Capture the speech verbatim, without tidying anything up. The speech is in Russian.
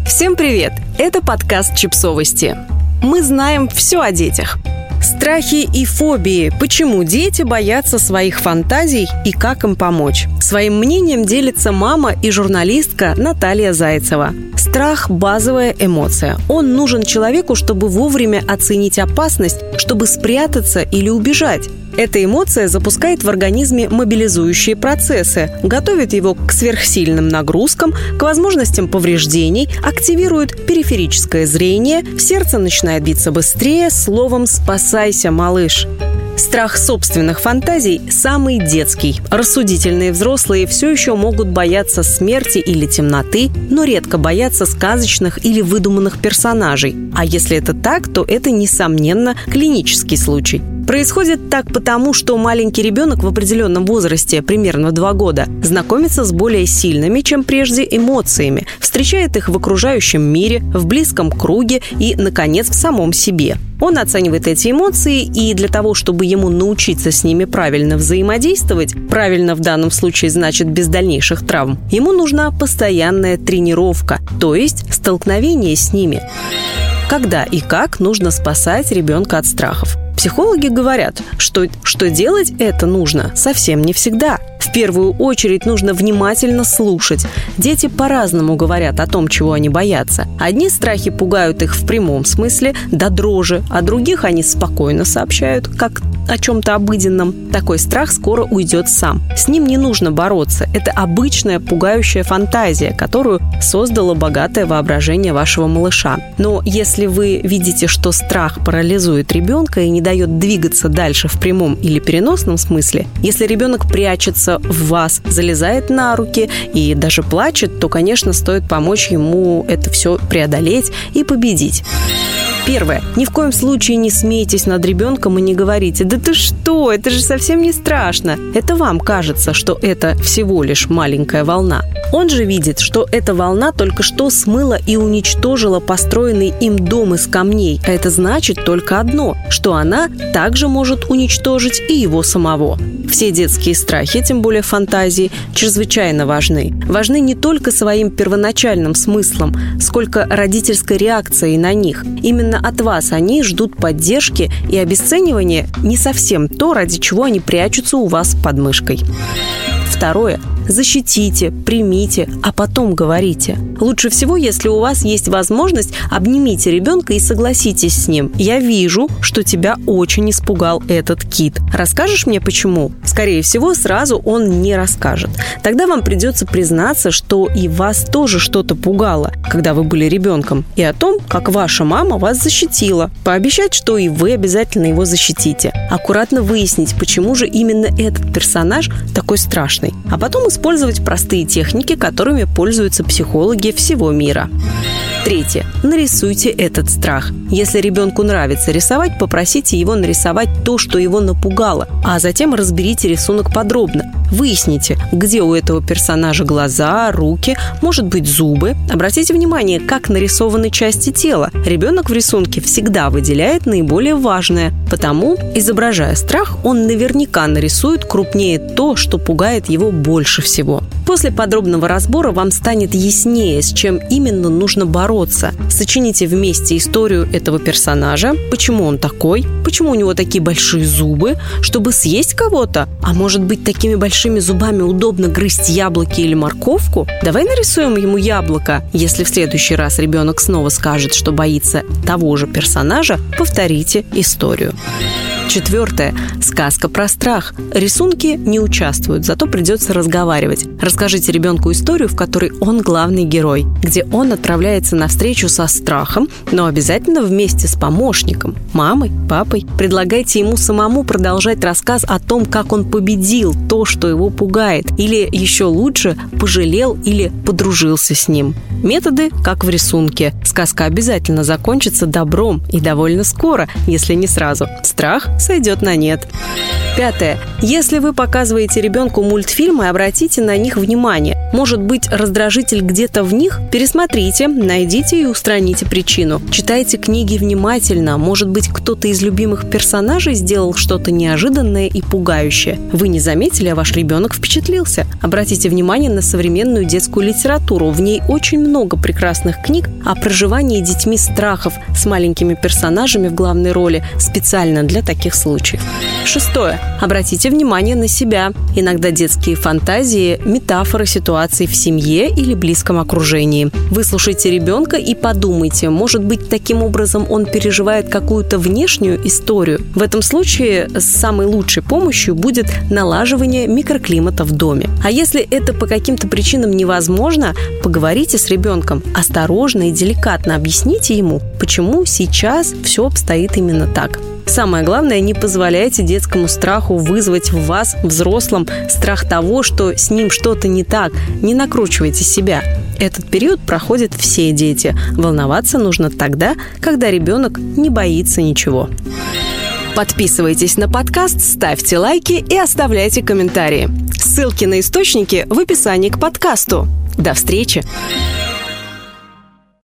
Всем привет! Это подкаст «Чипсовости». Мы знаем все о детях. Страхи и фобии. Почему дети боятся своих фантазий и как им помочь? Своим мнением делится мама и журналистка Наталья Зайцева. Страх – базовая эмоция. Он нужен человеку, чтобы вовремя оценить опасность, чтобы спрятаться или убежать. Эта эмоция запускает в организме мобилизующие процессы, готовит его к сверхсильным нагрузкам, к возможностям повреждений, активирует периферическое зрение, сердце начинает биться быстрее, словом «спасайся, малыш». Страх собственных фантазий самый детский. Рассудительные взрослые все еще могут бояться смерти или темноты, но редко боятся сказочных или выдуманных персонажей. А если это так, то это, несомненно, клинический случай. Происходит так потому, что маленький ребенок в определенном возрасте, примерно два года, знакомится с более сильными, чем прежде, эмоциями, встречает их в окружающем мире, в близком круге и, наконец, в самом себе. Он оценивает эти эмоции, и для того, чтобы ему научиться с ними правильно взаимодействовать, правильно в данном случае значит без дальнейших травм, ему нужна постоянная тренировка, то есть столкновение с ними. Когда и как нужно спасать ребенка от страхов? Психологи говорят, что, что делать это нужно совсем не всегда. В первую очередь нужно внимательно слушать. Дети по-разному говорят о том, чего они боятся. Одни страхи пугают их в прямом смысле до дрожи, а других они спокойно сообщают, как о чем-то обыденном. Такой страх скоро уйдет сам. С ним не нужно бороться. Это обычная пугающая фантазия, которую создало богатое воображение вашего малыша. Но если вы видите, что страх парализует ребенка и не дает двигаться дальше в прямом или переносном смысле, если ребенок прячется в вас, залезает на руки и даже плачет, то, конечно, стоит помочь ему это все преодолеть и победить. Первое. Ни в коем случае не смейтесь над ребенком и не говорите: «Да ты что, это же совсем не страшно». Это вам кажется, что это всего лишь маленькая волна. Он же видит, что эта волна только что смыла и уничтожила построенный им дом из камней. А это значит только одно, что она также может уничтожить и его самого. Все детские страхи, тем более фантазии, чрезвычайно важны. Важны не только своим первоначальным смыслом, сколько родительской реакцией на них. Именно от вас они ждут поддержки, и обесценивание не совсем то, ради чего они прячутся у вас под мышкой. Второе. Защитите, примите, а потом говорите. Лучше всего, если у вас есть возможность, обнимите ребенка и согласитесь с ним. «Я вижу, что тебя очень испугал этот кит. Расскажешь мне, почему?» Скорее всего, сразу он не расскажет. Тогда вам придется признаться, что и вас тоже что-то пугало, когда вы были ребенком, и о том, как ваша мама вас защитила. Пообещать, что и вы обязательно его защитите. Аккуратно выяснить, почему же именно этот персонаж такой страшный. А потом использовать простые техники, которыми пользуются психологи всего мира. Третье. Нарисуйте этот страх. Если ребенку нравится рисовать, попросите его нарисовать то, что его напугало, а затем разберите рисунок подробно. Выясните, где у этого персонажа глаза, руки, может быть, зубы. Обратите внимание, как нарисованы части тела. Ребенок в рисунке всегда выделяет наиболее важное, потому, изображая страх, он наверняка нарисует крупнее то, что пугает его больше всего. После подробного разбора вам станет яснее, с чем именно нужно бороться. Сочините вместе историю этого персонажа, почему он такой, почему у него такие большие зубы, чтобы съесть кого-то, а может быть, такими большими зубами удобно грызть яблоки или морковку? Давай нарисуем ему яблоко. Если в следующий раз ребенок снова скажет, что боится того же персонажа, повторите историю. Четвертое. Сказка про страх. Рисунки не участвуют, зато придется разговаривать. Расскажите ребенку историю, в которой он главный герой, где он отправляется на встречу со страхом, но обязательно вместе с помощником, мамой, папой. Предлагайте ему самому продолжать рассказ о том, как он победил то, что его пугает, или еще лучше, пожалел или подружился с ним. Методы, как в рисунке. Сказка обязательно закончится добром и довольно скоро, если не сразу. Страх сойдет на нет. Пятое. Если вы показываете ребенку мультфильмы, обратите на них внимание. Может быть, раздражитель где-то в них? Пересмотрите, найдите и устраните причину. Читайте книги внимательно. Может быть, кто-то из любимых персонажей сделал что-то неожиданное и пугающее. Вы не заметили, а ваш ребенок впечатлился. Обратите внимание на современную детскую литературу. В ней очень много прекрасных книг о проживании детьми страхов с маленькими персонажами в главной роли специально для таких случаев. Шестое. Обратите внимание на себя. Иногда детские фантазии – метафоры ситуаций в семье или близком окружении. Выслушайте ребенка и подумайте, может быть, таким образом он переживает какую-то внешнюю историю. В этом случае самой лучшей помощью будет налаживание микроклимата в доме. А если это по каким-то причинам невозможно, поговорите с ребенком. Осторожно и деликатно объясните ему, почему сейчас все обстоит именно так. Самое главное, не позволяйте детскому страху вызвать в вас, взрослом, страх того, что с ним что-то не так. Не накручивайте себя. Этот период проходят все дети. Волноваться нужно тогда, когда ребенок не боится ничего. Подписывайтесь на подкаст, ставьте лайки и оставляйте комментарии. Ссылки на источники в описании к подкасту. До встречи!